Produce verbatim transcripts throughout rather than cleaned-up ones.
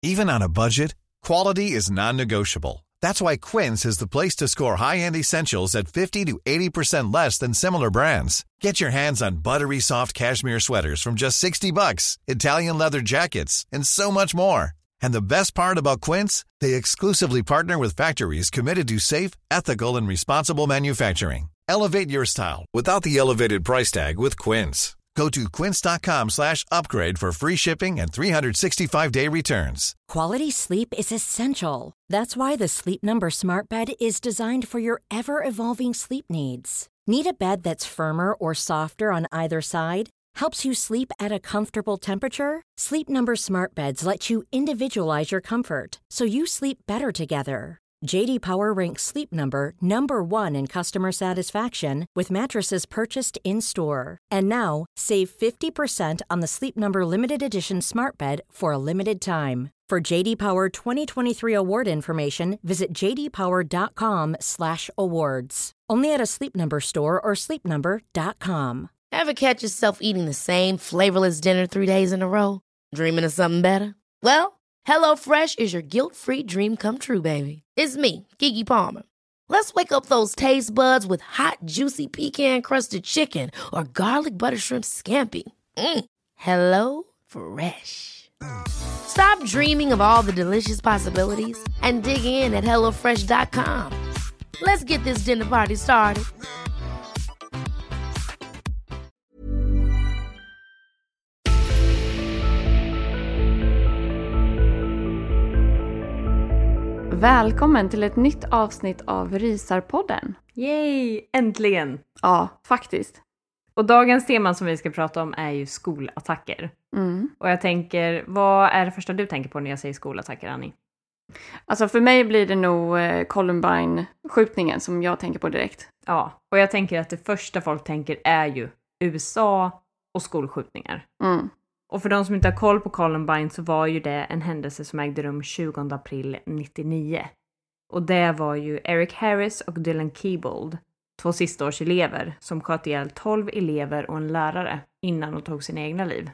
Even on a budget, quality is non-negotiable. That's why Quince is the place to score high-end essentials at fifty to eighty percent less than similar brands. Get your hands on buttery soft cashmere sweaters from just sixty bucks, Italian leather jackets, and so much more. And the best part about Quince, they exclusively partner with factories committed to safe, ethical, and responsible manufacturing. Elevate your style without the elevated price tag with Quince. Go to quince.com slash upgrade for free shipping and three sixty-five day returns. Quality sleep is essential. That's why the Sleep Number Smart Bed is designed for your ever-evolving sleep needs. Need a bed that's firmer or softer on either side? Helps you sleep at a comfortable temperature? Sleep Number Smart Beds let you individualize your comfort so you sleep better together. J D Power ranks Sleep Number number one in customer satisfaction with mattresses purchased in-store. And now, save fifty percent on the Sleep Number Limited Edition Smart Bed for a limited time. For J D Power twenty twenty-three award information, visit j d power dot com slash awards. Only at a Sleep Number store or sleep number dot com. Ever catch yourself eating the same flavorless dinner three days in a row? Dreaming of something better? Well, HelloFresh is your guilt-free dream come true, baby. It's me, Keke Palmer. Let's wake up those taste buds with hot, juicy pecan-crusted chicken or garlic butter shrimp scampi. Mm. Hello Fresh. Stop dreaming of all the delicious possibilities and dig in at hello fresh dot com. Let's get this dinner party started. Välkommen till ett nytt avsnitt av Rysarpodden. Yay, äntligen! Ja, faktiskt. Och dagens tema som vi ska prata om är ju skolattacker. Mm. Och jag tänker, vad är det första du tänker på när jag säger skolattacker, Annie? Alltså för mig blir det nog eh, Columbine-skjutningen som jag tänker på direkt. Ja, och jag tänker att det första folk tänker är ju U S A och skolskjutningar. Mm. Och för de som inte har koll på Columbine så var ju det en händelse som ägde rum tjugonde april nittionio. Och det var ju Eric Harris och Dylan Klebold, två sistaårselever, som sköt ihjäl tolv elever och en lärare innan de tog sina egna liv.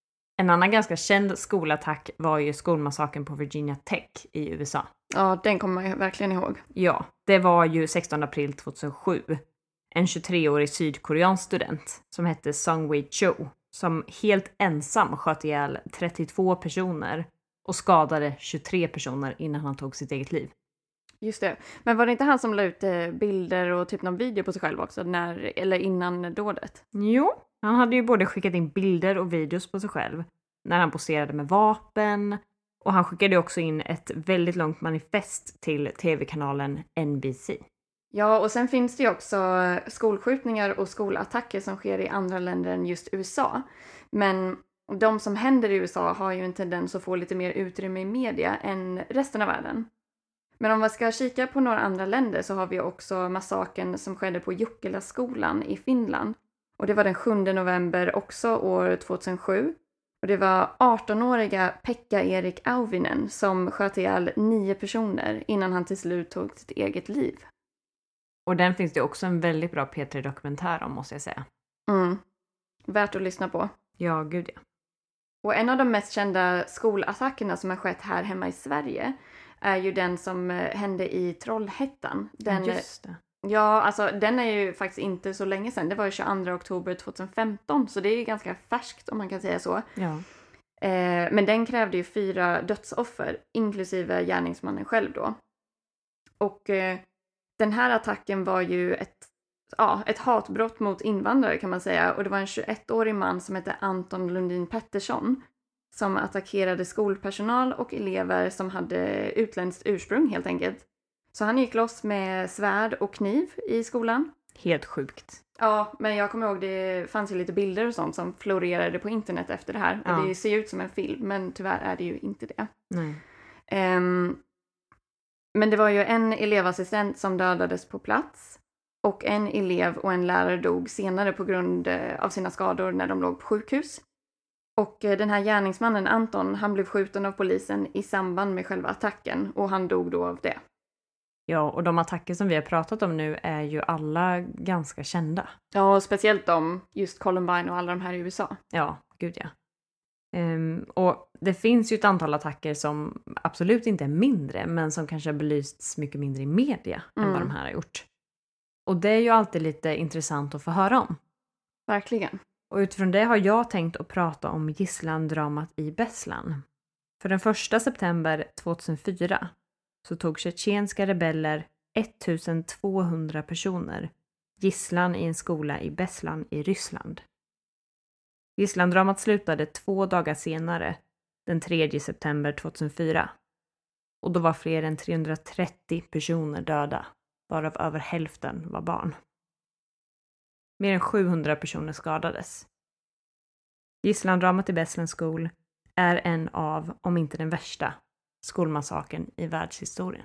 En annan ganska känd skolattack var ju skolmassakern på Virginia Tech i U S A. Ja, den kommer jag verkligen ihåg. Ja, det var ju sextonde april tjugohundrasju. En tjugotreårig sydkoreansk student som hette Sung Wei Cho, som helt ensam sköt ihjäl trettiotvå personer och skadade tjugotre personer innan han tog sitt eget liv. Just det. Men var det inte han som la ut bilder och typ någon video på sig själv också, när, eller innan dådet? Jo, han hade ju både skickat in bilder och videos på sig själv när han poserade med vapen. Och han skickade också in ett väldigt långt manifest till tv-kanalen N B C. Ja, och sen finns det ju också skolskjutningar och skolattacker som sker i andra länder än just U S A. Men de som händer i U S A har ju en tendens att få lite mer utrymme i media än resten av världen. Men om man ska kika på några andra länder så har vi också massakern som skedde på Jukkila-skolan i Finland. Och det var den sjunde november också år tjugohundrasju. Och det var artonåriga Pekka Erik Auvinen som sköt ihjäl nio personer innan han till slut tog sitt eget liv. Och den finns det också en väldigt bra P tre-dokumentär om, måste jag säga. Mm. Värt att lyssna på. Ja, gud ja. Och en av de mest kända skolattackerna som har skett här hemma i Sverige är ju den som hände i Trollhättan. Den, ja, just det. Ja, alltså den är ju faktiskt inte så länge sedan. Det var ju tjugoandra oktober tjugohundrafemton, så det är ju ganska färskt om man kan säga så. Ja. Eh, men den krävde ju fyra dödsoffer, inklusive gärningsmannen själv då. Och eh, den här attacken var ju ett, ja, ett hatbrott mot invandrare kan man säga. Och det var en tjugoettårig man som hette Anton Lundin Pettersson som attackerade skolpersonal och elever som hade utländskt ursprung helt enkelt. Så han gick loss med svärd och kniv i skolan. Helt sjukt. Ja, men jag kommer ihåg det fanns ju lite bilder och sånt som florerade på internet efter det här. Ja. Och det ser ut som en film, men tyvärr är det ju inte det. Nej. Um, men det var ju en elevassistent som dödades på plats. Och en elev och en lärare dog senare på grund av sina skador när de låg på sjukhus. Och den här gärningsmannen Anton, han blev skjuten av polisen i samband med själva attacken. Och han dog då av det. Ja, och de attacker som vi har pratat om nu är ju alla ganska kända. Ja, och speciellt om just Columbine och alla de här i U S A. Ja, gud ja. Um, och det finns ju ett antal attacker som absolut inte är mindre, men som kanske har belysts mycket mindre i media mm. än vad de här har gjort. Och det är ju alltid lite intressant att få höra om. Verkligen. Och utifrån det har jag tänkt att prata om gisslandramat i Beslan. För den första september tjugohundrafyra så tog tjetjenska rebeller ettusentvåhundra personer gisslan i en skola i Beslan i Ryssland. Gisslandramat slutade två dagar senare, den tredje september tjugohundrafyra. Och då var fler än trehundratrettio personer döda, varav över hälften var barn. Mer än sjuhundra personer skadades. Gisslandramat i Beslan School är en av, om inte den värsta, skolmassakern i världshistorien.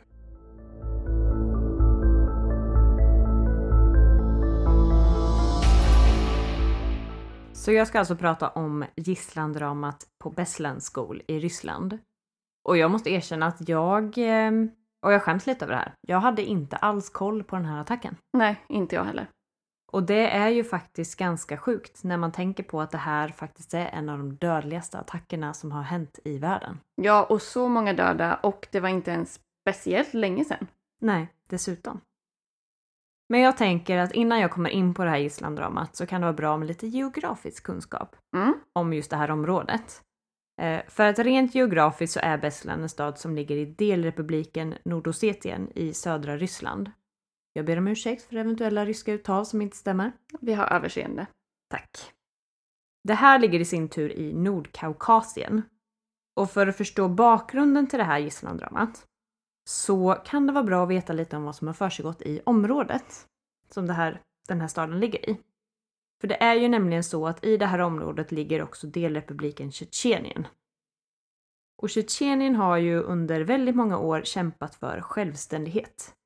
Så jag ska alltså prata om gisslandramat på Beslan School i Ryssland. Och jag måste erkänna att jag, och jag skäms lite över det här, jag hade inte alls koll på den här attacken. Nej, inte jag heller. Och det är ju faktiskt ganska sjukt när man tänker på att det här faktiskt är en av de dödligaste attackerna som har hänt i världen. Ja, och så många döda, och det var inte ens speciellt länge sedan. Nej, dessutom. Men jag tänker att innan jag kommer in på det här gisslandramat så kan det vara bra med lite geografisk kunskap mm. om just det här området. Eh, för att rent geografiskt så är Beslan en stad som ligger i delrepubliken Nordossetien i södra Ryssland. Jag ber om ursäkt för eventuella ryska uttal som inte stämmer. Vi har överseende. Tack. Det här ligger i sin tur i Nordkaukasien. Och för att förstå bakgrunden till det här gisslandramat så kan det vara bra att veta lite om vad som har försiggått i området som det här, den här staden ligger i. För det är ju nämligen så att i det här området ligger också delrepubliken Tjetjenien. Och Tjetjenien har ju under väldigt många år kämpat för självständighet.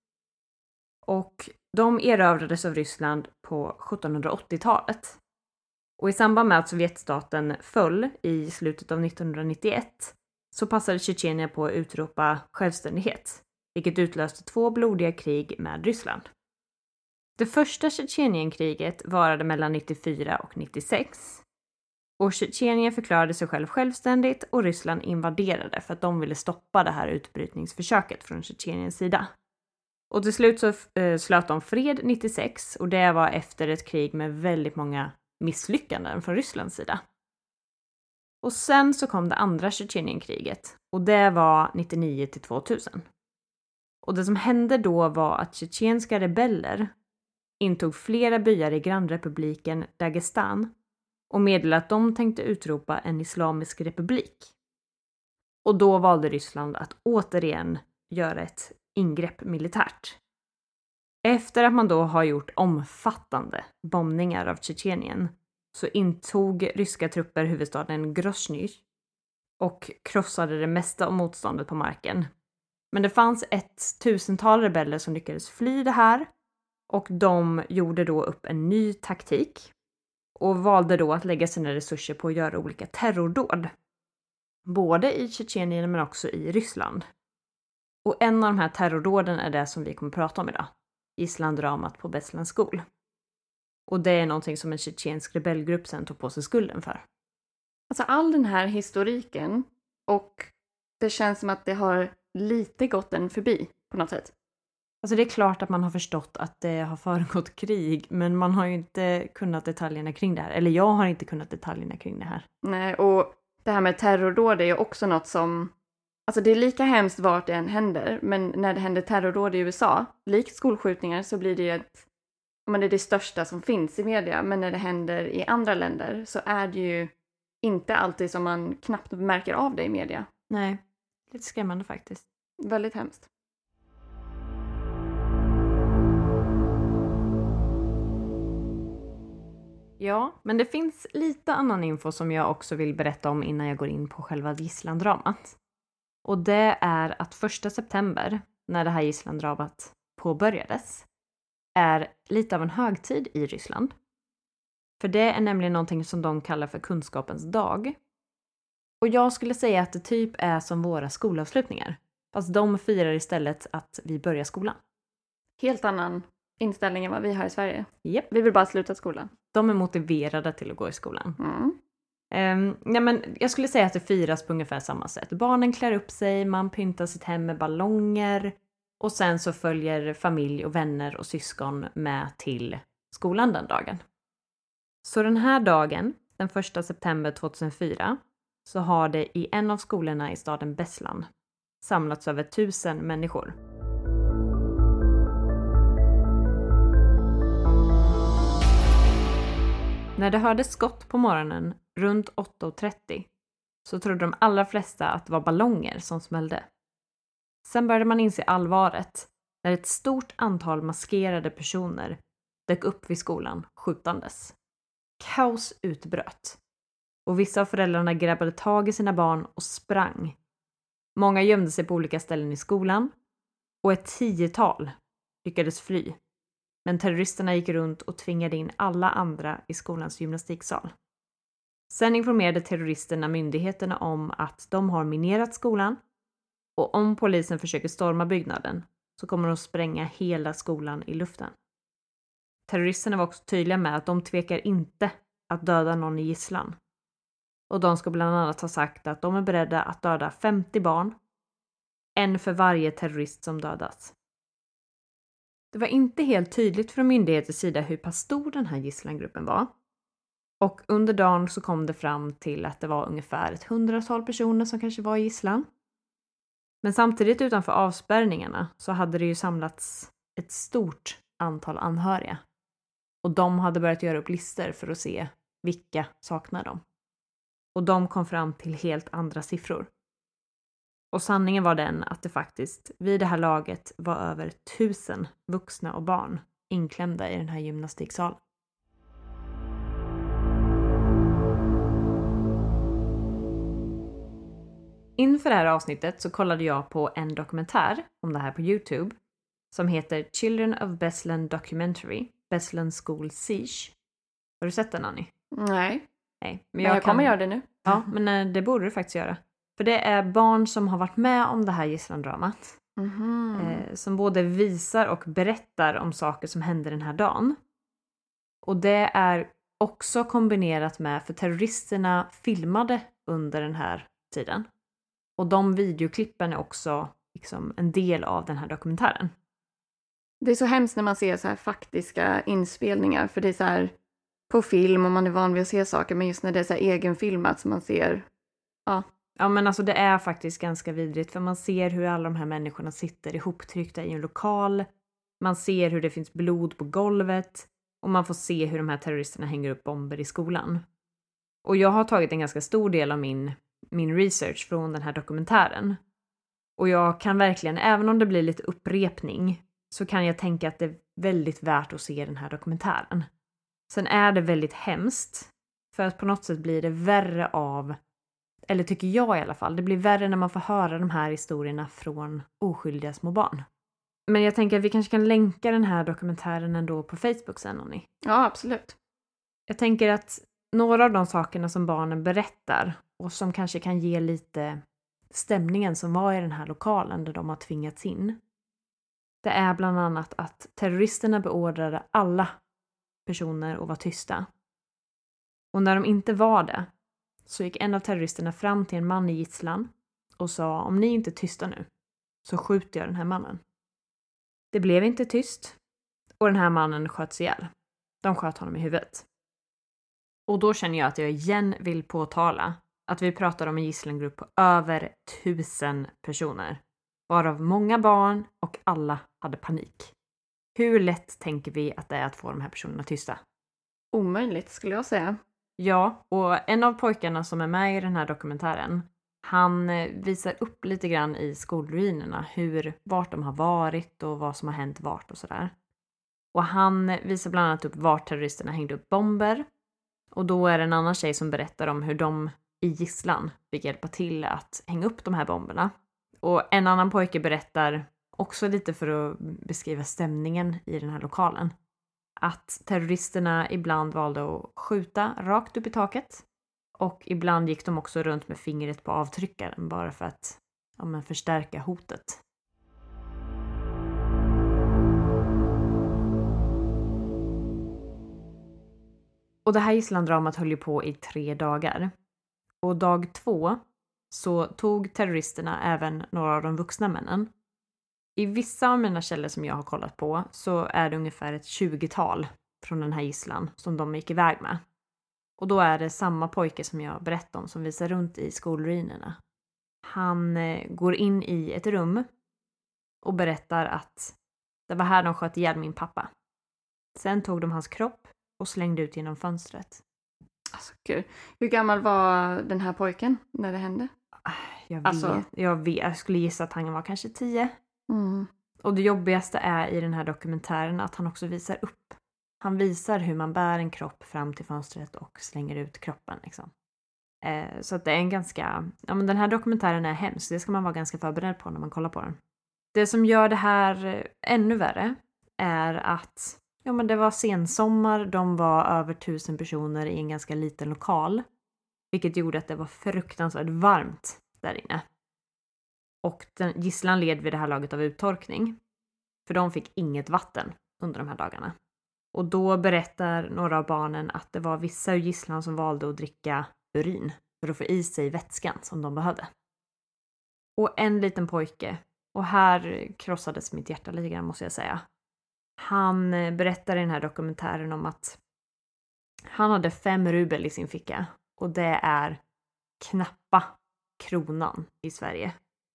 Och de erövrades av Ryssland på sjuttonhundraåttiotalet. Och i samband med att Sovjetstaten föll i slutet av nittonhundranittioett så passade Tjetjenien på att utropa självständighet, vilket utlöste två blodiga krig med Ryssland. Det första Tjetjenienkriget varade mellan nittiofyra och nittiosex. Och Tjetjenien förklarade sig själv självständigt och Ryssland invaderade för att de ville stoppa det här utbrytningsförsöket från Tjetjeniens sida. Och till slut så äh, slöt de fred nittiosex och det var efter ett krig med väldigt många misslyckanden från Rysslands sida. Och sen så kom det andra Tjetjenienkriget och det var nittionio till tvåtusen. Och det som hände då var att tjetjenska rebeller intog flera byar i grannrepubliken Dagestan och meddelade att de tänkte utropa en islamisk republik. Och då valde Ryssland att återigen göra ett ingrepp militärt. Efter att man då har gjort omfattande bombningar av Tjetjenien så intog ryska trupper huvudstaden Groznyj och krossade det mesta av motståndet på marken. Men det fanns ett tusental rebeller som lyckades fly det här och de gjorde då upp en ny taktik och valde då att lägga sina resurser på att göra olika terrordåd. Både i Tjetjenien men också i Ryssland. Och en av de här terrordåden är det som vi kommer att prata om idag. Gisslandramat på Beslan School. Och det är någonting som en tjetjensk rebellgrupp sen tog på sig skulden för. Alltså all den här historiken och det känns som att det har lite gått en förbi på något sätt. Alltså det är klart att man har förstått att det har föregått krig men man har ju inte kunnat detaljerna kring det här. Eller jag har inte kunnat detaljerna kring det här. Nej, och det här med terrordåd är ju också något som... Alltså det är lika hemskt vart det än händer, men när det händer terrordåd i U S A, likt skolskjutningar, så blir det ju ett, men det är det största som finns i media. Men när det händer i andra länder så är det ju inte alltid som man knappt märker av det i media. Nej, lite skrämmande faktiskt. Väldigt hemskt. Ja, men det finns lite annan info som jag också vill berätta om innan jag går in på själva gisslandramat. Och det är att första september, när det här gisslandramat påbörjades, är lite av en högtid i Ryssland. För det är nämligen någonting som de kallar för kunskapens dag. Och jag skulle säga att det typ är som våra skolavslutningar. Fast de firar istället att vi börjar skolan. Helt annan inställning än vad vi har i Sverige. Yep. Vi vill bara sluta skolan. De är motiverade till att gå i skolan. Mm. Um, ja, men jag skulle säga att det firas på ungefär samma sätt. Barnen klär upp sig, man pyntar sitt hem med ballonger. Och sen så följer familj och vänner och syskon med till skolan den dagen. Så den här dagen, den första september tjugohundrafyra, så har det i en av skolorna i staden Beslan samlats över tusen människor. När det hördes skott på morgonen runt åtta och trettio så trodde de allra flesta att det var ballonger som smällde. Sen började man inse allvaret när ett stort antal maskerade personer dök upp vid skolan skjutandes. Kaos utbröt och vissa av föräldrarna grabbade tag i sina barn och sprang. Många gömde sig på olika ställen i skolan och ett tiotal lyckades fly. Men terroristerna gick runt och tvingade in alla andra i skolans gymnastiksal. Sen informerade terroristerna myndigheterna om att de har minerat skolan och om polisen försöker storma byggnaden så kommer de spränga hela skolan i luften. Terroristerna var också tydliga med att de tvekar inte att döda någon i gisslan. Och de ska bland annat ha sagt att de är beredda att döda femtio barn, en för varje terrorist som dödas. Det var inte helt tydligt från myndigheters sida hur pass stor den här gisslangruppen var. Och under dagen så kom det fram till att det var ungefär ett hundratal personer som kanske var i gisslan. Men samtidigt utanför avspärrningarna så hade det ju samlats ett stort antal anhöriga. Och de hade börjat göra upp listor för att se vilka saknar dem. Och de kom fram till helt andra siffror. Och sanningen var den att det faktiskt vid det här laget var över tusen vuxna och barn inklämda i den här gymnastiksalen. Inför det här avsnittet så kollade jag på en dokumentär om det här på YouTube som heter Children of Beslan Documentary, Beslan School Siege. Har du sett den, Annie? Nej. Nej, Men jag, jag kommer kan... göra det nu. Ja, men det borde du faktiskt göra. För det är barn som har varit med om det här gisslandramat. Mm-hmm. Eh, som både visar och berättar om saker som hände den här dagen. Och det är också kombinerat med, för terroristerna filmade under den här tiden. Och de videoklippen är också liksom en del av den här dokumentären. Det är så hemskt när man ser så här faktiska inspelningar. För det är så här på film och man är van vid att se saker. Men just när det är så här egenfilmat som man ser. Ja. Ja, men alltså det är faktiskt ganska vidrigt. För man ser hur alla de här människorna sitter ihoptryckta i en lokal. Man ser hur det finns blod på golvet. Och man får se hur de här terroristerna hänger upp bomber i skolan. Och jag har tagit en ganska stor del av min, min research från den här dokumentären. Och jag kan verkligen, även om det blir lite upprepning, så kan jag tänka att det är väldigt värt att se den här dokumentären. Sen är det väldigt hemskt. För att på något sätt blir det värre av, eller tycker jag i alla fall, det blir värre när man får höra de här historierna från oskyldiga små barn. Men jag tänker att vi kanske kan länka den här dokumentären ändå på Facebook sen, Annie. Ja, absolut. Jag tänker att några av de sakerna som barnen berättar och som kanske kan ge lite stämningen som var i den här lokalen där de har tvingats in. Det är bland annat att terroristerna beordrade alla personer att vara tysta. Och när de inte var det så gick en av terroristerna fram till en man i gisslan och sa: om ni inte är tysta nu så skjuter jag den här mannen. Det blev inte tyst och den här mannen sköts ihjäl. De sköt honom i huvudet. Och då känner jag att jag igen vill påtala att vi pratar om en gisslangrupp på över tusen personer. Varav många barn och alla hade panik. Hur lätt tänker vi att det är att få de här personerna tysta? Omöjligt skulle jag säga. Ja, och en av pojkarna som är med i den här dokumentären, han visar upp lite grann i skolruinerna hur, vart de har varit och vad som har hänt vart och sådär. Och han visar bland annat upp vart terroristerna hängde upp bomber. Och då är det en annan tjej som berättar om hur de i gisslan fick hjälpa till att hänga upp de här bomberna. Och en annan pojke berättar också lite för att beskriva stämningen i den här lokalen. Att terroristerna ibland valde att skjuta rakt upp i taket. Och ibland gick de också runt med fingret på avtryckaren bara för att ja, men förstärka hotet. Och det här gisslandramat höll ju på i tre dagar. Och dag två så tog terroristerna även några av de vuxna männen. I vissa av mina källor som jag har kollat på så är det ungefär ett tjugotal från den här gisslan som de gick iväg med. Och då är det samma pojke som jag berättade om som visar runt i skolruinerna. Han eh, går in i ett rum och berättar att det var här de sköt ihjäl min pappa. Sen tog de hans kropp och slängde ut genom fönstret. Alltså gud. Hur gammal var den här pojken när det hände? Jag vet, Alltså... jag, vet jag skulle gissa att han var kanske tio. Mm. Och det jobbigaste är i den här dokumentären att han också visar upp. Han visar hur man bär en kropp fram till fönstret och slänger ut kroppen. Liksom. Eh, så att det är en ganska... Ja, men den här dokumentären är hemsk. Det ska man vara ganska förberedd på när man kollar på den. Det som gör det här ännu värre är att ja, men det var sensommar. De var över tusen personer i en ganska liten lokal. Vilket gjorde att det var fruktansvärt varmt där inne. Och den, gisslan led vid det här laget av uttorkning. För de fick inget vatten under de här dagarna. Och då berättar några av barnen att det var vissa ur gisslan som valde att dricka urin. För att få i sig vätskan som de behövde. Och en liten pojke. Och här krossades mitt hjärta lite grann måste jag säga. Han berättar i den här dokumentären om att han hade fem rubel i sin ficka. Och det är knappa kronan i Sverige.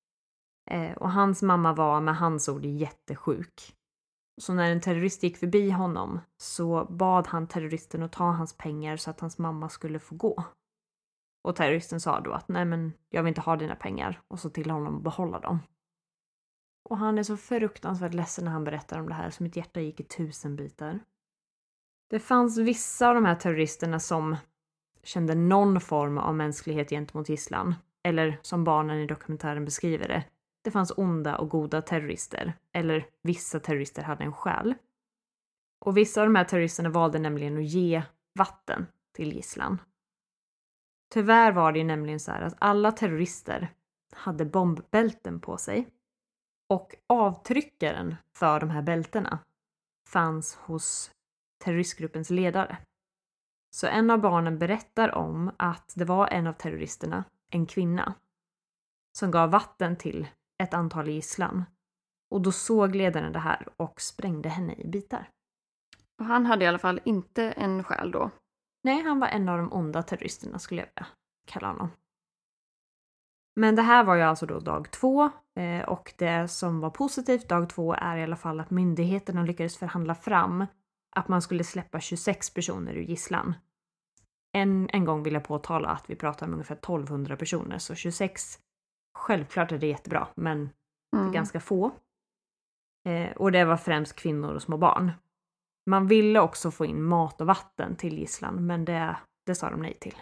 Eh, och hans mamma var med hans ord jättesjuk. Så när en terrorist gick förbi honom så bad han terroristen att ta hans pengar så att hans mamma skulle få gå. Och terroristen sa då att nej men jag vill inte ha dina pengar och så till honom att behålla dem. Och han är så fruktansvärt ledsen när han berättar om det här så mitt hjärta gick i tusen bitar. Det fanns vissa av de här terroristerna som kände någon form av mänsklighet gentemot gisslan. Eller som barnen i dokumentären beskriver det. Det fanns onda och goda terrorister. Eller vissa terrorister hade en själ. Och vissa av de här terroristerna valde nämligen att ge vatten till gisslan. Tyvärr var det nämligen så här att alla terrorister hade bombbälten på sig. Och avtryckaren för de här bältena fanns hos terroristgruppens ledare. Så en av barnen berättar om att det var en av terroristerna, en kvinna, som gav vatten till ett antal gisslan. Och då såg ledaren det här och sprängde henne i bitar. Och han hade i alla fall inte en själ då? Nej, han var en av de onda terroristerna skulle jag vilja kalla honom. Men det här var ju alltså då dag två. Eh, och det som var positivt dag två är i alla fall att myndigheterna lyckades förhandla fram att man skulle släppa tjugosex personer ur gisslan. En, en gång vill jag påtala att vi pratar om ungefär tolvhundra personer. Så tjugosex, självklart är det jättebra, men mm. det är ganska få. Eh, och det var främst kvinnor och små barn. Man ville också få in mat och vatten till gisslan, men det, det sa de nej till.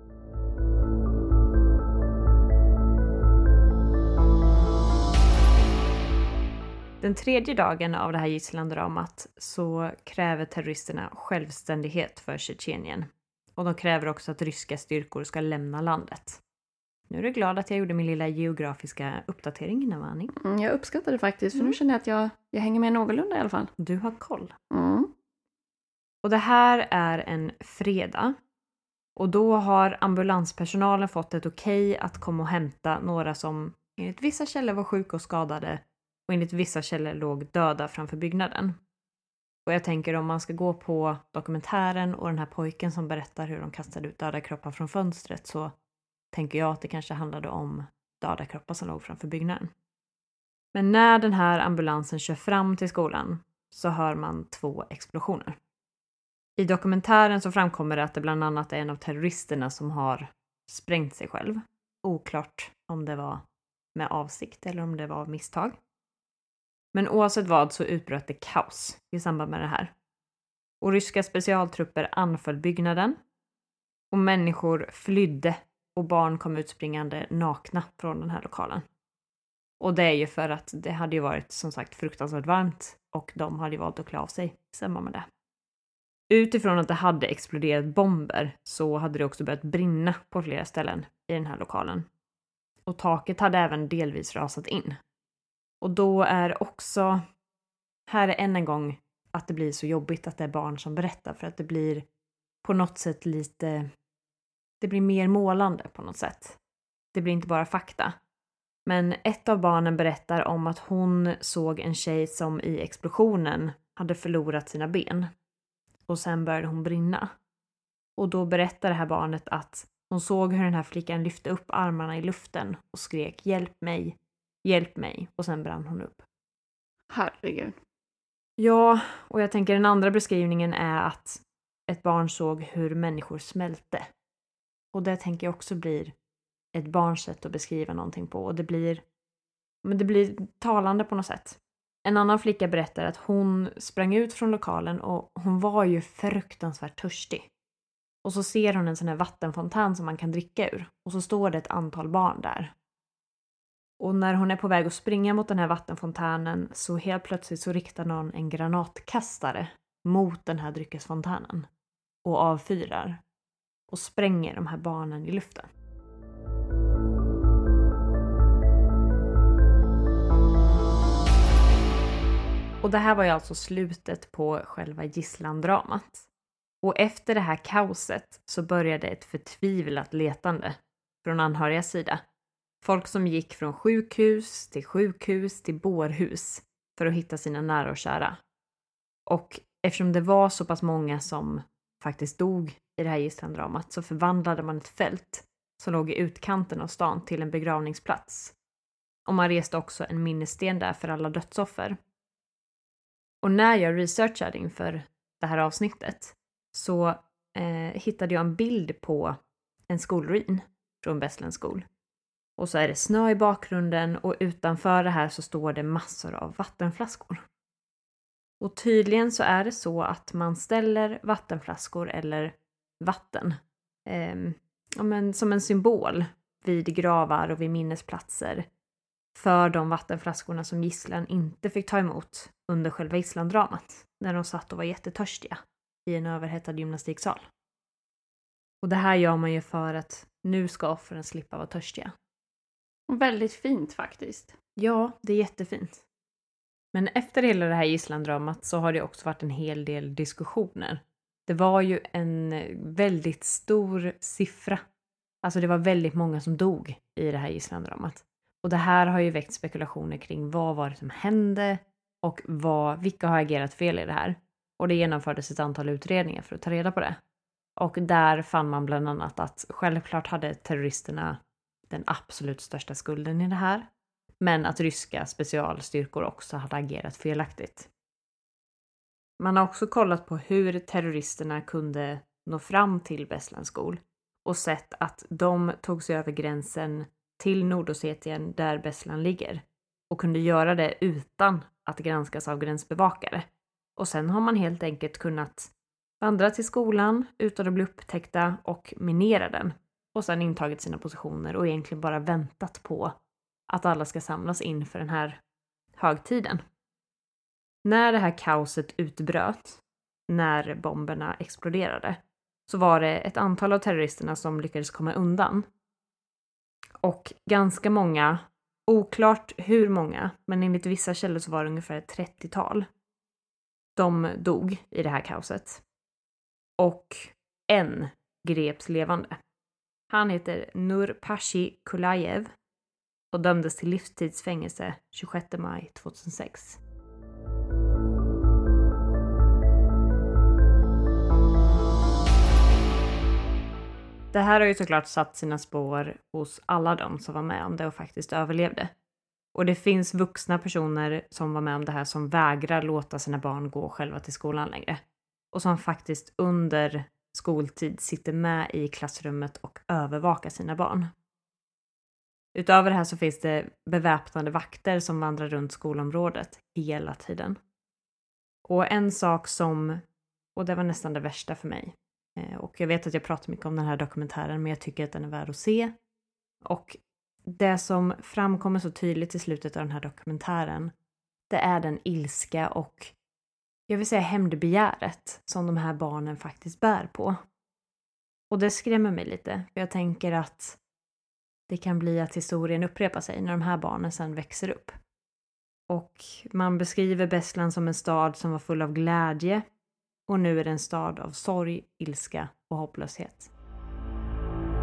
Den tredje dagen av det här gisslandramat så kräver terroristerna självständighet för Tjetjenien. Och de kräver också att ryska styrkor ska lämna landet. Nu är du glad att jag gjorde min lilla geografiska uppdatering innan, Annie. Mm, jag uppskattar det faktiskt, för mm. nu känner jag att jag, jag hänger med någorlunda i alla fall. Du har koll. Mm. Och det här är en fredag. Och då har ambulanspersonalen fått ett okej att komma och hämta några som enligt vissa källor var sjuka och skadade. Och enligt vissa källor låg döda framför byggnaden. Och jag tänker om man ska gå på dokumentären och den här pojken som berättar hur de kastade ut döda kroppar från fönstret, så tänker jag att det kanske handlade om döda kroppar som låg framför byggnaden. Men när den här ambulansen kör fram till skolan så hör man två explosioner. I dokumentären så framkommer det att det bland annat är en av terroristerna som har sprängt sig själv. Oklart om det var med avsikt eller om det var misstag. Men oavsett vad så utbröt det kaos i samband med det här. Och ryska specialtrupper anföll byggnaden. Och människor flydde och barn kom utspringande nakna från den här lokalen. Och det är ju för att det hade ju varit som sagt fruktansvärt varmt. Och de hade ju valt att klä av sig i samband med det. Utifrån att det hade exploderat bomber så hade det också börjat brinna på flera ställen i den här lokalen. Och taket hade även delvis rasat in. Och då är också, här är än en gång att det blir så jobbigt att det är barn som berättar. För att det blir på något sätt lite det blir mer målande på något sätt. Det blir inte bara fakta. Men ett av barnen berättar om att hon såg en tjej som i explosionen hade förlorat sina ben. Och sen började hon brinna. Och då berättar det här barnet att hon såg hur den här flickan lyfte upp armarna i luften och skrek hjälp mig, hjälp mig. Och sen brann hon upp. Herregud. Ja, och jag tänker den andra beskrivningen är att ett barn såg hur människor smälte. Och det tänker jag också blir ett barns sätt att beskriva någonting på. Och det blir, men det blir talande på något sätt. En annan flicka berättar att hon sprang ut från lokalen och hon var ju fruktansvärt törstig. Och så ser hon en sån här vattenfontän som man kan dricka ur. Och så står det ett antal barn där. Och när hon är på väg att springa mot den här vattenfontänen så helt plötsligt så riktar någon en granatkastare mot den här dryckesfontänen. Och avfyrar. Och spränger de här barnen i luften. Och det här var ju alltså slutet på själva gisslandramat. Och efter det här kaoset så började ett förtvivlat letande från anhörigas sida. Folk som gick från sjukhus till sjukhus till bårhus för att hitta sina nära och kära. Och eftersom det var så pass många som faktiskt dog i det här gisslandramat så förvandlade man ett fält som låg i utkanten av stan till en begravningsplats. Och man reste också en minnessten där för alla dödsoffer. Och när jag researchade inför det här avsnittet så eh, hittade jag en bild på en skolruin från Beslan School. Och så är det snö i bakgrunden och utanför det här så står det massor av vattenflaskor. Och tydligen så är det så att man ställer vattenflaskor eller vatten eh, ja, men som en symbol vid gravar och vid minnesplatser för de vattenflaskorna som gisslan inte fick ta emot under själva gisslandramat när de satt och var jättetörstiga i en överhettad gymnastiksal. Och det här gör man ju för att nu ska offren slippa vara törstiga. Väldigt fint faktiskt. Ja, det är jättefint. Men efter hela det här gisslandramat så har det också varit en hel del diskussioner. Det var ju en väldigt stor siffra. Alltså det var väldigt många som dog i det här gisslandramat. Och det här har ju väckt spekulationer kring vad var det som hände och vad, vilka har agerat fel i det här. Och det genomfördes ett antal utredningar för att ta reda på det. Och där fann man bland annat att självklart hade terroristerna den absolut största skulden i det här. Men att ryska specialstyrkor också hade agerat felaktigt. Man har också kollat på hur terroristerna kunde nå fram till Beslan School. Och sett att de tog sig över gränsen till Nordossetien där Beslan ligger. Och kunde göra det utan att granskas av gränsbevakare. Och sen har man helt enkelt kunnat vandra till skolan utan att bli upptäckta och minera den. Och sen intagit sina positioner och egentligen bara väntat på att alla ska samlas in för den här högtiden. När det här kaoset utbröt, när bomberna exploderade, så var det ett antal av terroristerna som lyckades komma undan. Och ganska många, oklart hur många, men enligt vissa källor så var det ungefär ett trettiotal. De dog i det här kaoset. Och en greps levande. Han heter Nurpashi Kulajev och dömdes till livstidsfängelse tjugosjätte maj tvåtusensex. Det här har ju såklart satt sina spår hos alla de som var med om det och faktiskt överlevde. Och det finns vuxna personer som var med om det här som vägrar låta sina barn gå själva till skolan längre. Och som faktiskt under skoltid sitter med i klassrummet och övervakar sina barn. Utöver det här så finns det beväpnade vakter som vandrar runt skolområdet hela tiden. Och en sak som, och det var nästan det värsta för mig. Och jag vet att jag pratar mycket om den här dokumentären, men jag tycker att den är värd att se. Och det som framkommer så tydligt i slutet av den här dokumentären, det är den ilska och jag vill säga hämndbegäret som de här barnen faktiskt bär på. Och det skrämmer mig lite, för jag tänker att det kan bli att historien upprepar sig när de här barnen sedan växer upp. Och man beskriver Beslan som en stad som var full av glädje. Och nu är det en stad av sorg, ilska och hopplöshet.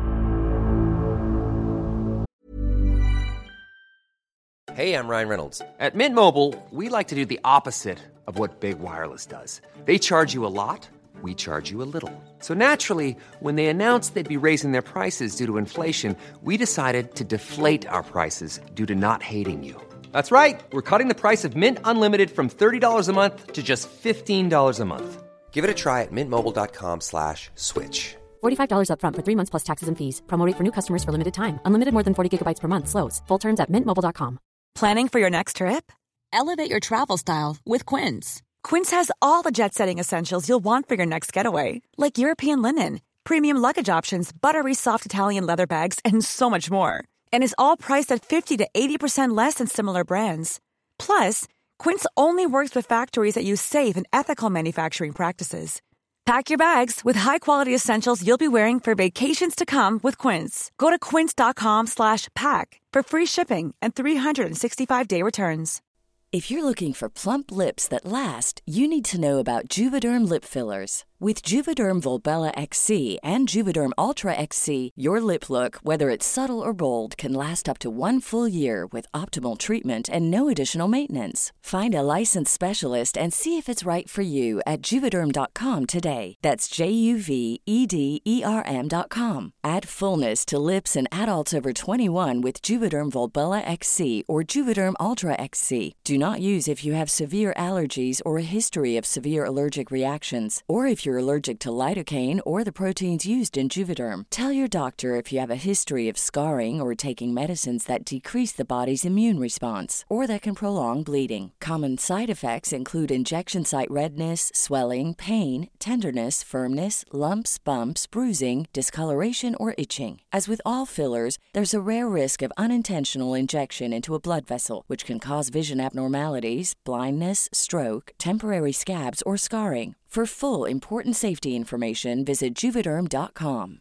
Hey, I'm Ryan Reynolds. At Mint Mobile, we like to do the opposite of what Big Wireless does. They charge you a lot, we charge you a little. So naturally, when they announced they'd be raising their prices due to inflation, we decided to deflate our prices due to not hating you. That's right. We're cutting the price of Mint Unlimited from thirty dollars a month to just fifteen dollars a month. Give it a try at mintmobile.com slash switch. forty-five dollars up front for three months plus taxes and fees. Promo rate for new customers for limited time. Unlimited more than forty gigabytes per month slows. Full terms at mint mobile dot com. Planning for your next trip? Elevate your travel style with Quince. Quince has all the jet-setting essentials you'll want for your next getaway, like European linen, premium luggage options, buttery soft Italian leather bags, and so much more. And is all priced at fifty to eighty percent less than similar brands. Plus, Quince only works with factories that use safe and ethical manufacturing practices. Pack your bags with high-quality essentials you'll be wearing for vacations to come with Quince. Go to quince.com slash pack for free shipping and three sixty-five day returns. If you're looking for plump lips that last, you need to know about Juvederm lip fillers. With Juvederm Volbella X C and Juvederm Ultra X C, your lip look, whether it's subtle or bold, can last up to one full year with optimal treatment and no additional maintenance. Find a licensed specialist and see if it's right for you at juvederm dot com today. That's J U V E D E R M dot com. Add fullness to lips in adults over twenty-one with Juvederm Volbella X C or Juvederm Ultra X C. Do not use if you have severe allergies or a history of severe allergic reactions, or if you're allergic to lidocaine or the proteins used in Juvederm. Tell your doctor if you have a history of scarring or taking medicines that decrease the body's immune response or that can prolong bleeding. Common side effects include injection site redness, swelling, pain, tenderness, firmness, lumps, bumps, bruising, discoloration, or itching. As with all fillers, there's a rare risk of unintentional injection into a blood vessel, which can cause vision abnormalities, blindness, stroke, temporary scabs, or scarring. For full important safety information, visit juvederm dot com.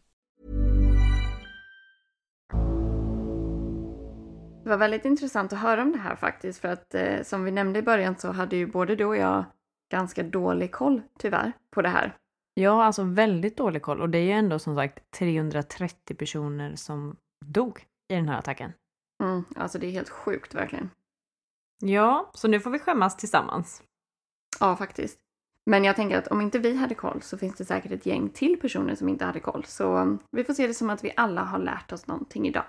Det var väldigt intressant att höra om det här faktiskt, för att eh, som vi nämnde i början så hade ju både du och jag ganska dålig koll tyvärr på det här. Ja, alltså väldigt dålig koll, och det är ju ändå som sagt trehundratrettio personer som dog i den här attacken. Mm, alltså det är helt sjukt verkligen. Ja, så nu får vi skämmas tillsammans. Ja, faktiskt. Men jag tänker att om inte vi hade koll så finns det säkert ett gäng till personer som inte hade koll. Så vi får se det som att vi alla har lärt oss någonting idag.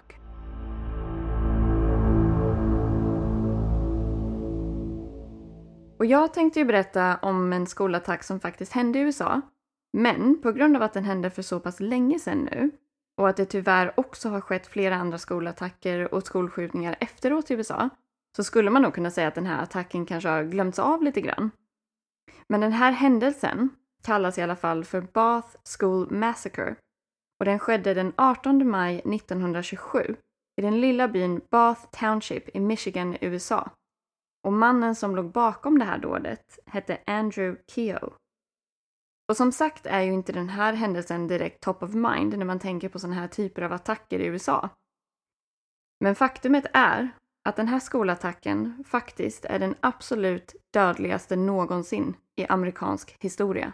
Och jag tänkte ju berätta om en skolattack som faktiskt hände i U S A. Men på grund av att den hände för så pass länge sedan nu, och att det tyvärr också har skett flera andra skolattacker och skolskjutningar efteråt i U S A, så skulle man nog kunna säga att den här attacken kanske har glömts av lite grann. Men den här händelsen kallas i alla fall för Bath School Massacre, och den skedde den artonde maj nittonhundratjugosju i den lilla byn Bath Township i Michigan i U S A. Och mannen som låg bakom det här dådet hette Andrew Kehoe. Och som sagt är ju inte den här händelsen direkt top of mind när man tänker på sådana här typer av attacker i U S A. Men faktumet är att den här skolattacken faktiskt är den absolut dödligaste någonsin i amerikansk historia.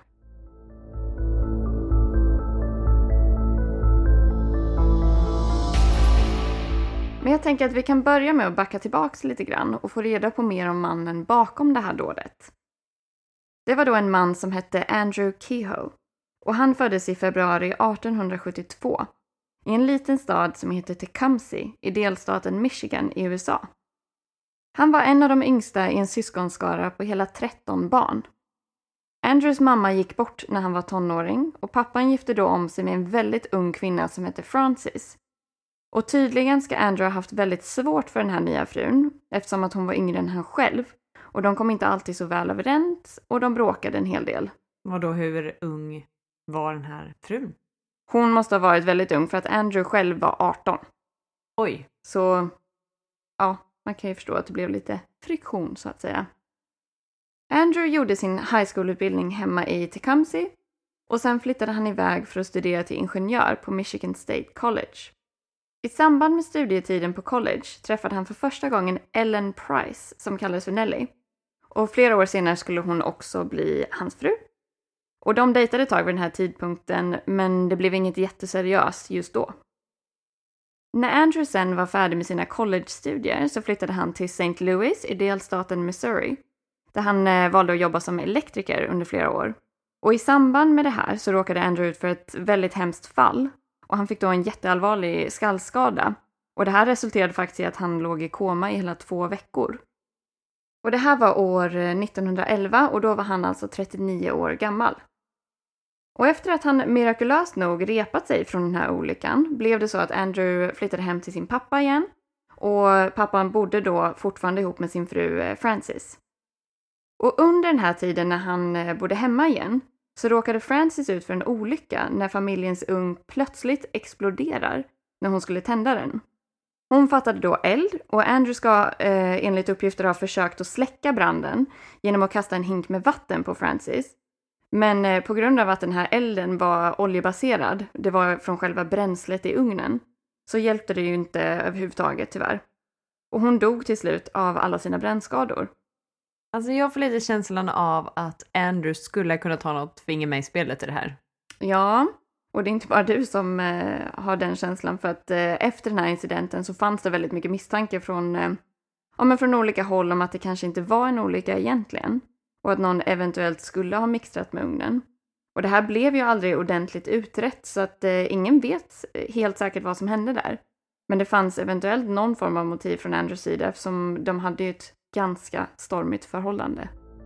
Men jag tänker att vi kan börja med att backa tillbaks lite grann och få reda på mer om mannen bakom det här dådet. Det var då en man som hette Andrew Kehoe, och han föddes i februari artonhundrasjuttiotvå i en liten stad som heter Tecumseh i delstaten Michigan i U S A. Han var en av de yngsta i en syskonskara på hela tretton barn. Andrews mamma gick bort när han var tonåring, och pappan gifte då om sig med en väldigt ung kvinna som hette Frances. Och tydligen ska Andrew ha haft väldigt svårt för den här nya frun, eftersom att hon var yngre än han själv. Och de kom inte alltid så väl överens, och de bråkade en hel del. Och då hur ung var den här frun? Hon måste ha varit väldigt ung, för att Andrew själv var arton. Oj. Så, ja, man kan ju förstå att det blev lite friktion så att säga. Andrew gjorde sin high school-utbildning hemma i Tecumseh, och sen flyttade han iväg för att studera till ingenjör på Michigan State College. I samband med studietiden på college träffade han för första gången Ellen Price, som kallades för Nellie. Och flera år senare skulle hon också bli hans fru. Och de dejtade ett tag vid den här tidpunkten, men det blev inget jätteseriöst just då. När Andrew sen var färdig med sina college-studier så flyttade han till Saint Louis i delstaten Missouri, där han eh, valde att jobba som elektriker under flera år. Och i samband med det här så råkade Andrew ut för ett väldigt hemskt fall, och han fick då en jätteallvarlig skallskada. Och det här resulterade faktiskt i att han låg i koma i hela två veckor. Och det här var år nittonhundraelva, och då var han alltså trettionio år gammal. Och efter att han mirakulöst nog repat sig från den här olyckan blev det så att Andrew flyttade hem till sin pappa igen. Och pappan bodde då fortfarande ihop med sin fru Frances. Och under den här tiden när han bodde hemma igen så råkade Frances ut för en olycka när familjens ugn plötsligt exploderar när hon skulle tända den. Hon fattade då eld, och Andrew ska eh, enligt uppgifter ha försökt att släcka branden genom att kasta en hink med vatten på Frances. Men eh, på grund av att den här elden var oljebaserad, det var från själva bränslet i ugnen, så hjälpte det ju inte överhuvudtaget tyvärr. Och hon dog till slut av alla sina brännskador. Alltså jag får lite känslan av att Andrew skulle kunna ta något finger med i spelet i det här. Ja, och det är inte bara du som eh, har den känslan, för att eh, efter den här incidenten så fanns det väldigt mycket misstanke från, eh, ja, men från olika håll om att det kanske inte var en olycka egentligen. Och att någon eventuellt skulle ha mixtrat med ugnen. Och det här blev ju aldrig ordentligt utrett, så att eh, ingen vet helt säkert vad som hände där. Men det fanns eventuellt någon form av motiv från Andrews sida, eftersom de hade ju ett ganska stormigt förhållande.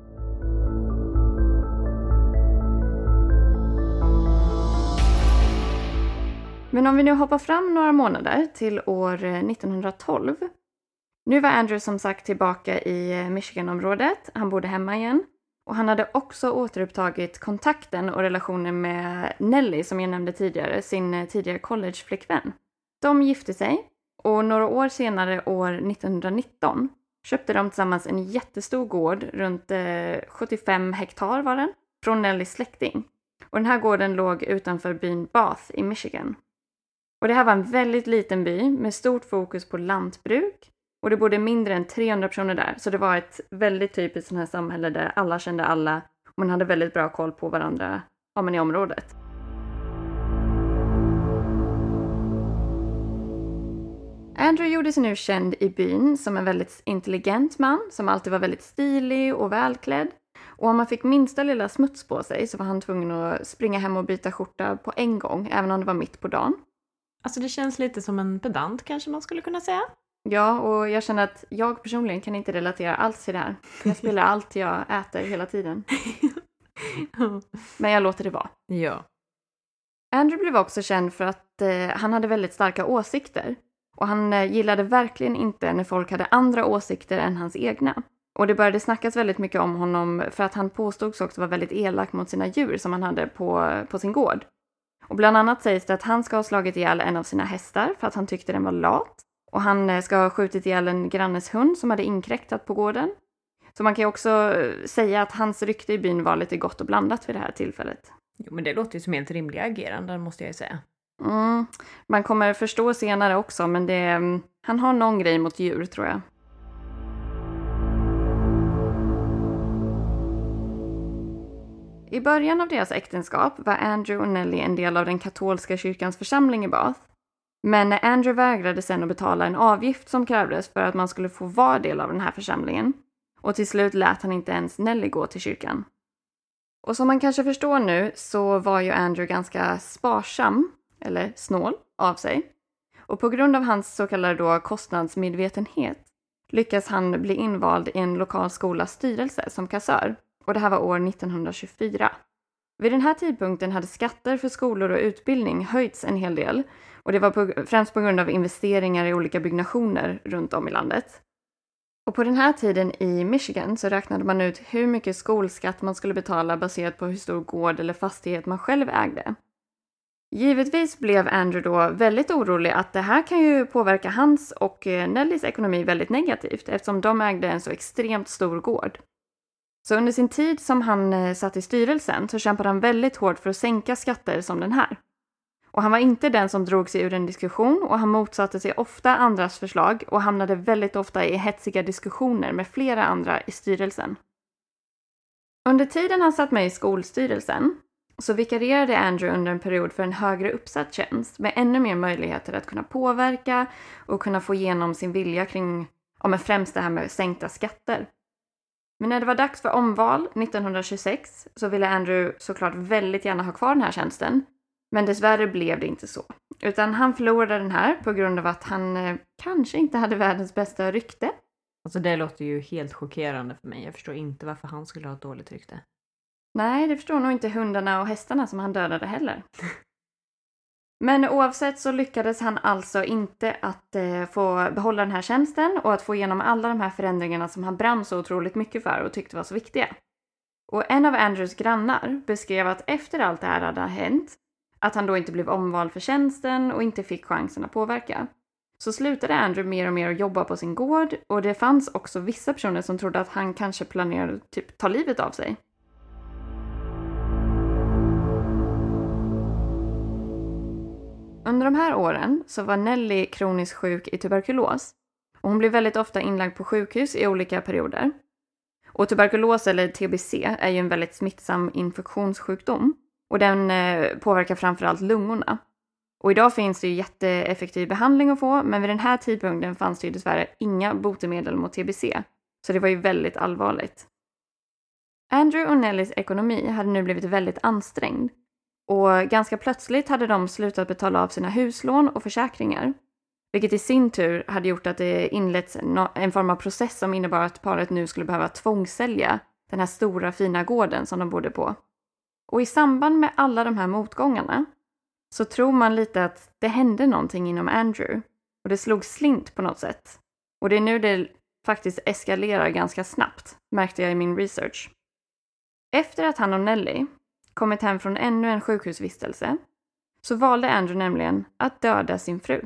Men om vi nu hoppar fram några månader till år nittonhundratolv. Nu var Andrew som sagt tillbaka i Michigan-området. Han bodde hemma igen. Och han hade också återupptagit kontakten och relationen med Nellie, som jag nämnde tidigare, sin tidigare collegeflickvän. De gifte sig, och några år senare, år nittonhundranitton, köpte de tillsammans en jättestor gård, runt eh, sjuttiofem hektar var den, från Nellies släkting. Och den här gården låg utanför byn Bath i Michigan. Och det här var en väldigt liten by med stort fokus på lantbruk. Och det bodde mindre än trehundra personer där. Så det var ett väldigt typiskt sånt här samhälle där alla kände alla. Och man hade väldigt bra koll på varandra, ja, men i området. Andrew gjorde sig nu känd i byn som en väldigt intelligent man. Som alltid var väldigt stilig och välklädd. Och om man fick minsta lilla smuts på sig så var han tvungen att springa hem och byta skjorta på en gång. Även om det var mitt på dagen. Alltså det känns lite som en pedant kanske man skulle kunna säga. Ja, och jag känner att jag personligen kan inte relatera alls till det här. Jag spelar allt jag äter hela tiden. Men jag låter det vara. Ja. Andrew blev också känd för att eh, han hade väldigt starka åsikter. Och han eh, gillade verkligen inte när folk hade andra åsikter än hans egna. Och det började snackas väldigt mycket om honom för att han påstods också vara väldigt elak mot sina djur som han hade på, på sin gård. Och bland annat sägs det att han ska ha slagit ihjäl en av sina hästar för att han tyckte den var lat. Och han ska ha skjutit ihjäl en grannes hund som hade inkräktat på gården. Så man kan ju också säga att hans rykte i byn var lite gott och blandat vid det här tillfället. Jo, men det låter ju som helt rimliga ageranden, måste jag säga. Mm, man kommer förstå senare också, men det, han har någon grej mot djur, tror jag. I början av deras äktenskap var Andrew och Nellie en del av den katolska kyrkans församling i Bath. Men när Andrew vägrade sen att betala en avgift som krävdes för att man skulle få vara del av den här församlingen. Och till slut lät han inte ens Nellie gå till kyrkan. Och som man kanske förstår nu så var ju Andrew ganska sparsam, eller snål, av sig. Och på grund av hans så kallade då kostnadsmedvetenhet lyckas han bli invald i en lokal skolas styrelse som kassör. Och det här var år nittonhundratjugofyra. Vid den här tidpunkten hade skatter för skolor och utbildning höjts en hel del. Och det var på, främst på grund av investeringar i olika byggnationer runt om i landet. Och på den här tiden i Michigan så räknade man ut hur mycket skolskatt man skulle betala baserat på hur stor gård eller fastighet man själv ägde. Givetvis blev Andrew då väldigt orolig att det här kan ju påverka hans och Nellies ekonomi väldigt negativt eftersom de ägde en så extremt stor gård. Så under sin tid som han satt i styrelsen så kämpade han väldigt hårt för att sänka skatter som den här. Och han var inte den som drog sig ur en diskussion och han motsatte sig ofta andras förslag och hamnade väldigt ofta i hetsiga diskussioner med flera andra i styrelsen. Under tiden han satt med i skolstyrelsen så vikarierade Andrew under en period för en högre uppsatt tjänst med ännu mer möjligheter att kunna påverka och kunna få igenom sin vilja kring, ja, men främst det här med sänkta skatter. Men när det var dags för omval nittonhundratjugosex så ville Andrew såklart väldigt gärna ha kvar den här tjänsten. Men dessvärre blev det inte så. Utan han förlorade den här på grund av att han eh, kanske inte hade världens bästa rykte. Alltså det låter ju helt chockerande för mig. Jag förstår inte varför han skulle ha ett dåligt rykte. Nej, det förstår nog inte hundarna och hästarna som han dödade heller. Men oavsett så lyckades han alltså inte att eh, få behålla den här tjänsten och att få igenom alla de här förändringarna som han brann så otroligt mycket för och tyckte var så viktiga. Och en av Andrews grannar beskrev att efter allt det här hade hänt, att han då inte blev omvald för tjänsten och inte fick chansen att påverka. Så slutade Andrew mer och mer att jobba på sin gård och det fanns också vissa personer som trodde att han kanske planerade att typ ta livet av sig. Under de här åren så var Nellie kroniskt sjuk i tuberkulos och hon blev väldigt ofta inlagd på sjukhus i olika perioder. Och tuberkulos eller T B C är ju en väldigt smittsam infektionssjukdom och den eh, påverkar framförallt lungorna. Och idag finns det ju jätteeffektiv behandling att få, men vid den här tidpunkten fanns det ju dessvärre inga botemedel mot T B C, så det var ju väldigt allvarligt. Andrew och Nellies ekonomi hade nu blivit väldigt ansträngd. Och ganska plötsligt hade de slutat betala av sina huslån och försäkringar. Vilket i sin tur hade gjort att det inletts en form av process som innebar att paret nu skulle behöva tvångssälja den här stora fina gården som de bodde på. Och i samband med alla de här motgångarna så tror man lite att det hände någonting inom Andrew. Och det slog slint på något sätt. Och det är nu det faktiskt eskalerar ganska snabbt, märkte jag i min research. Efter att han och Nellie kommit hem från ännu en sjukhusvistelse så valde Andrew nämligen att döda sin fru.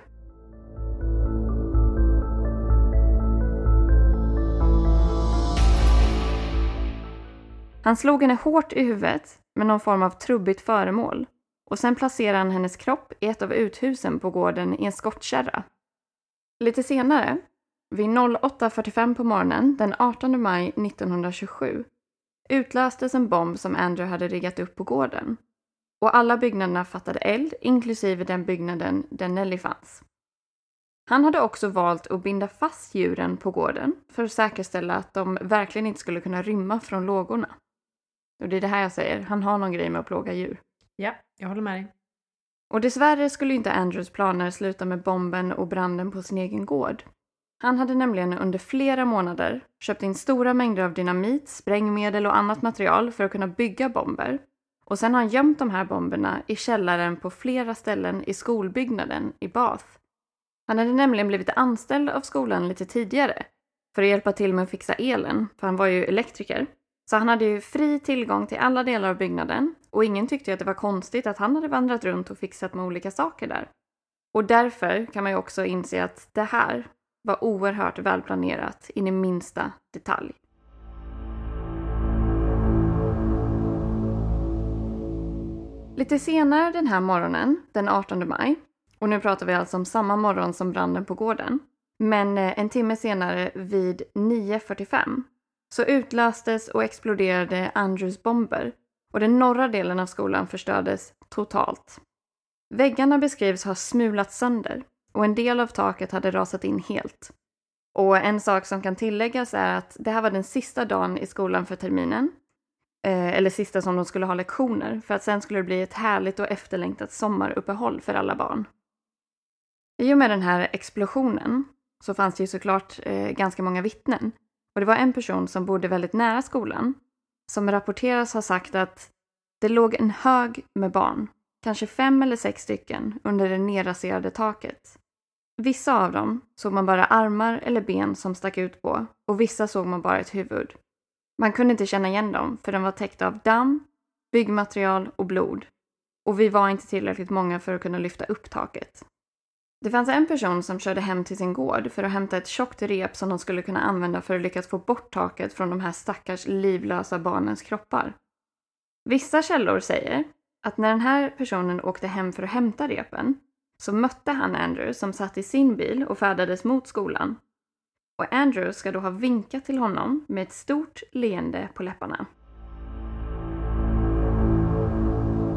Han slog henne hårt i huvudet med någon form av trubbigt föremål och sen placerade han hennes kropp i ett av uthusen på gården i en skottkärra. Lite senare, vid åtta fyrtiofem på morgonen den artonde maj nittonhundratjugosju, utlöstes en bomb som Andrew hade riggat upp på gården. Och alla byggnaderna fattade eld, inklusive den byggnaden där Nellie fanns. Han hade också valt att binda fast djuren på gården för att säkerställa att de verkligen inte skulle kunna rymma från lågorna. Och det är det här jag säger, han har någon grej med att plåga djur. Ja, jag håller med dig. Och dessvärre skulle inte Andrews planer sluta med bomben och branden på sin egen gård. Han hade nämligen under flera månader köpt in stora mängder av dynamit, sprängmedel och annat material för att kunna bygga bomber. Och sen har han gömt de här bomberna i källaren på flera ställen i skolbyggnaden i Bath. Han hade nämligen blivit anställd av skolan lite tidigare för att hjälpa till med att fixa elen, för han var ju elektriker. Så han hade ju fri tillgång till alla delar av byggnaden och ingen tyckte att det var konstigt att han hade vandrat runt och fixat med olika saker där. Och därför kan man ju också inse att det här var oerhört välplanerat in i minsta detalj. Lite senare den här morgonen, den artonde maj, och nu pratar vi alltså om samma morgon som branden på gården, men en timme senare vid nio fyrtiofem så utlöstes och exploderade Andrews bomber och den norra delen av skolan förstördes totalt. Väggarna beskrivs ha smulats sönder och en del av taket hade rasat in helt. Och en sak som kan tilläggas är att det här var den sista dagen i skolan för terminen. Eh, eller sista som de skulle ha lektioner. För att sen skulle det bli ett härligt och efterlängtat sommaruppehåll för alla barn. I och med den här explosionen så fanns det ju såklart eh, ganska många vittnen. Och det var en person som bodde väldigt nära skolan som rapporteras ha sagt att det låg en hög med barn, kanske fem eller sex stycken, under det nerraserade taket. Vissa av dem såg man bara armar eller ben som stack ut på och vissa såg man bara ett huvud. Man kunde inte känna igen dem för de var täckta av damm, byggmaterial och blod. Och vi var inte tillräckligt många för att kunna lyfta upp taket. Det fanns en person som körde hem till sin gård för att hämta ett tjockt rep som de skulle kunna använda för att lyckas få bort taket från de här stackars livlösa barnens kroppar. Vissa källor säger att när den här personen åkte hem för att hämta repen så mötte han Andrew som satt i sin bil och färdades mot skolan. Och Andrew ska då ha vinkat till honom med ett stort leende på läpparna.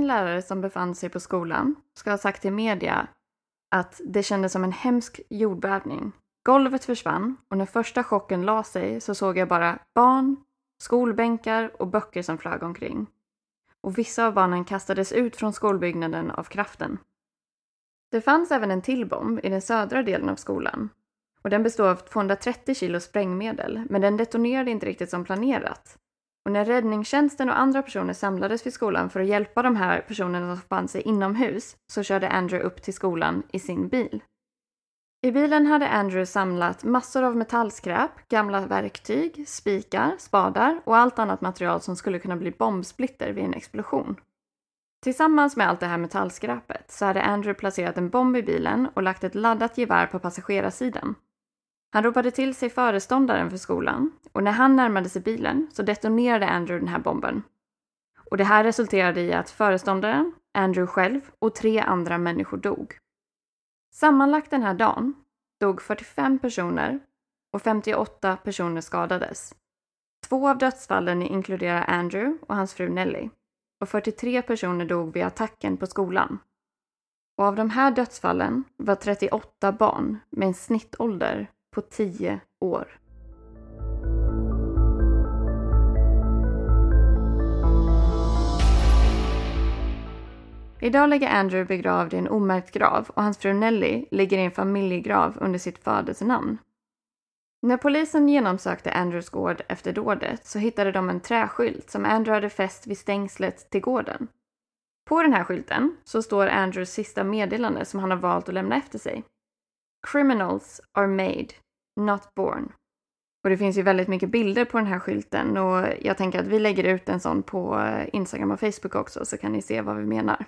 en lärare som befann sig på skolan ska ha sagt till media att det kändes som en hemsk jordbävning. Golvet försvann och när första chocken la sig så såg jag bara barn, skolbänkar och böcker som flög omkring. Och vissa av barnen kastades ut från skolbyggnaden av kraften. Det fanns även en till bomb i den södra delen av skolan. Och den bestod av tvåhundratrettio kilo sprängmedel, men den detonerade inte riktigt som planerat. Och när räddningstjänsten och andra personer samlades vid skolan för att hjälpa de här personerna som fann sig inomhus så körde Andrew upp till skolan i sin bil. I bilen hade Andrew samlat massor av metallskräp, gamla verktyg, spikar, spadar och allt annat material som skulle kunna bli bombsplitter vid en explosion. Tillsammans med allt det här metallskräpet så hade Andrew placerat en bomb i bilen och lagt ett laddat gevär på passagerarsidan. Han ropade till sig föreståndaren för skolan och när han närmade sig bilen så detonerade Andrew den här bomben. Och det här resulterade i att föreståndaren, Andrew själv och tre andra människor dog. Sammanlagt den här dagen dog fyrtiofem personer och femtioåtta personer skadades. Två av dödsfallen inkluderar Andrew och hans fru Nellie. Och fyrtiotre personer dog vid attacken på skolan. Och av de här dödsfallen var trettioåtta barn med en snittålder på tio år. Idag ligger Andrew begravd i en omärkt grav och hans fru Nellie ligger i en familjegrav under sitt födelsenamn. När polisen genomsökte Andrews gård efter dådet så hittade de en träskylt som Andrew hade fäst vid stängslet till gården. På den här skylten så står Andrews sista meddelande som han har valt att lämna efter sig. Criminals are made, not born. Och det finns ju väldigt mycket bilder på den här skylten och jag tänker att vi lägger ut en sån på Instagram och Facebook också så kan ni se vad vi menar.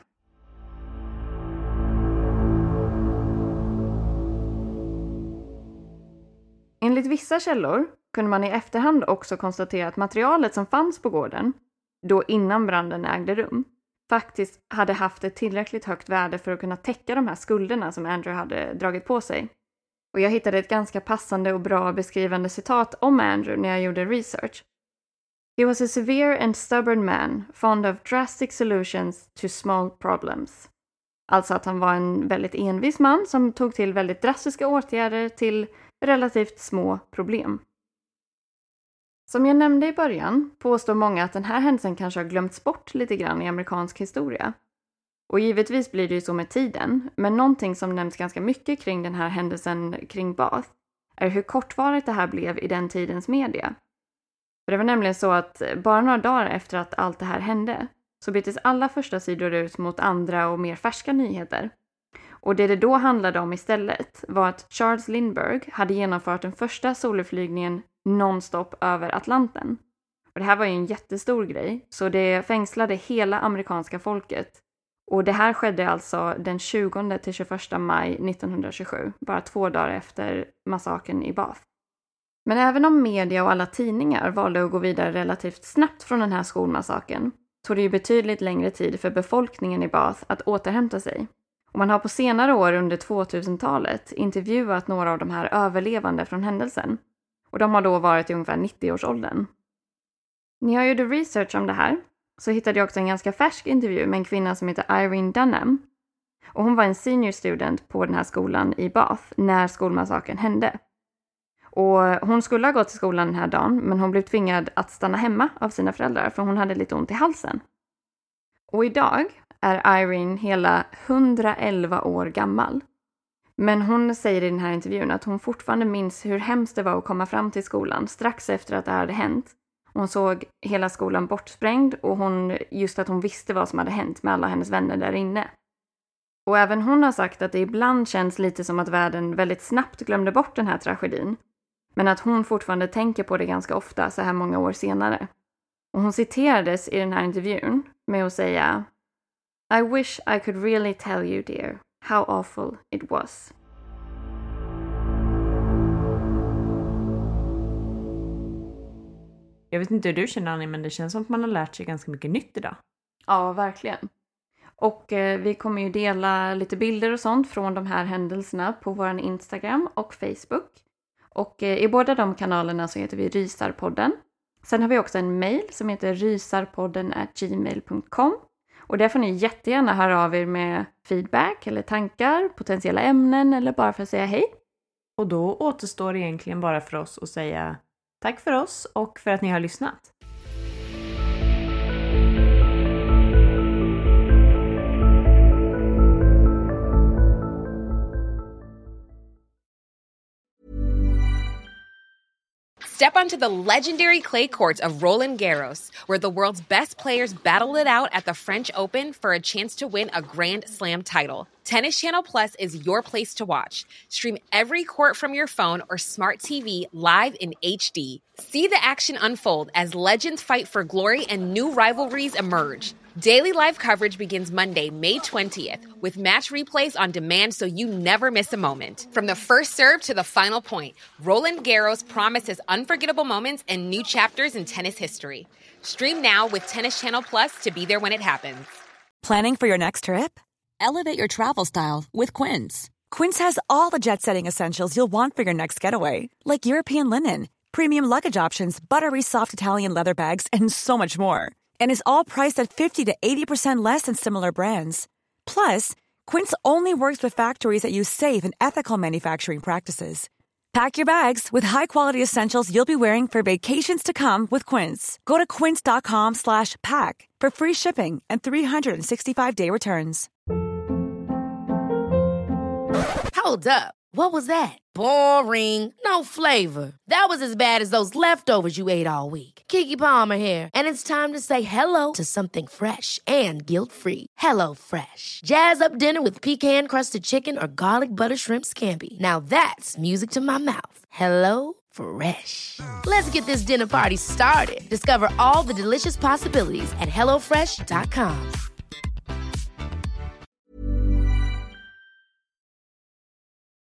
Enligt vissa källor kunde man i efterhand också konstatera att materialet som fanns på gården, då innan branden ägde rum, faktiskt hade haft ett tillräckligt högt värde för att kunna täcka de här skulderna som Andrew hade dragit på sig. Och jag hittade ett ganska passande och bra beskrivande citat om Andrew när jag gjorde research. He was a severe and stubborn man, fond of drastic solutions to small problems. Alltså att han var en väldigt envis man som tog till väldigt drastiska åtgärder till relativt små problem. Som jag nämnde i början påstår många att den här händelsen kanske har glömts bort lite grann i amerikansk historia. Och givetvis blir det ju så med tiden, men någonting som nämns ganska mycket kring den här händelsen kring Bath är hur kortvarigt det här blev i den tidens media. För det var nämligen så att bara några dagar efter att allt det här hände så byttes alla första sidor ut mot andra och mer färska nyheter. Och det det då handlade om istället var att Charles Lindbergh hade genomfört den första soloflygningen nonstop över Atlanten. Och det här var ju en jättestor grej, så det fängslade hela amerikanska folket. Och det här skedde alltså den tjugonde till tjugoförsta maj nittonhundratjugosju, bara två dagar efter massakern i Bath. Men även om media och alla tidningar valde att gå vidare relativt snabbt från den här skolmassakern, tog det ju betydligt längre tid för befolkningen i Bath att återhämta sig. Och man har på senare år under tvåtusentalet intervjuat några av de här överlevande från händelsen. Och de har då varit i ungefär nittio-årsåldern. När jag gjorde research om det här så hittade jag också en ganska färsk intervju med en kvinna som heter Irene Dunham. Och hon var en senior student på den här skolan i Bath när skolmassakern hände. Och hon skulle ha gått till skolan den här dagen, men hon blev tvingad att stanna hemma av sina föräldrar för hon hade lite ont i halsen. Och idag är Irene hela hundraelva år gammal. Men hon säger i den här intervjun att hon fortfarande minns hur hemskt det var att komma fram till skolan strax efter att det hade hänt. Hon såg hela skolan bortsprängd och hon, just att hon visste vad som hade hänt med alla hennes vänner där inne. Och även hon har sagt att det ibland känns lite som att världen väldigt snabbt glömde bort den här tragedin. Men att hon fortfarande tänker på det ganska ofta så här många år senare. Och hon citerades i den här intervjun med att säga: I wish I could really tell you, dear, how awful it was. Jag vet inte hur du känner, Annie, men det känns som att man har lärt sig ganska mycket nytt idag. Ja, verkligen. Och eh, vi kommer ju dela lite bilder och sånt från de här händelserna på vår Instagram och Facebook. Och eh, i båda de kanalerna så heter vi Rysarpodden. Sen har vi också en mail som heter rysarpodden at gmail dot com. Och där får ni jättegärna höra av er med feedback eller tankar, potentiella ämnen eller bara för att säga hej. Och då återstår det egentligen bara för oss att säga tack för oss och för att ni har lyssnat. Step onto the legendary clay courts of Roland Garros, where the world's best players battle it out at the French Open for a chance to win a Grand Slam title. Tennis Channel Plus is your place to watch. Stream every court from your phone or smart T V live in H D. See the action unfold as legends fight for glory and new rivalries emerge. Daily live coverage begins Monday, May twentieth, with match replays on demand so you never miss a moment. From the first serve to the final point, Roland Garros promises unforgettable moments and new chapters in tennis history. Stream now with Tennis Channel Plus to be there when it happens. Planning for your next trip? Elevate your travel style with Quince. Quince has all the jet-setting essentials you'll want for your next getaway, like European linen, premium luggage options, buttery soft Italian leather bags, and so much more. And is all priced at fifty to eighty percent less than similar brands. Plus, Quince only works with factories that use safe and ethical manufacturing practices. Pack your bags with high-quality essentials you'll be wearing for vacations to come with Quince. Go to quince.com slash pack for free shipping and three sixty-five day returns. Hold up. What was that? Boring. No flavor. That was as bad as those leftovers you ate all week. Keke Palmer here, and it's time to say hello to something fresh and guilt-free. Hello Fresh. Jazz up dinner with pecan-crusted chicken or garlic butter shrimp scampi. Now that's music to my mouth. Hello Fresh. Let's get this dinner party started. Discover all the delicious possibilities at hello fresh dot com.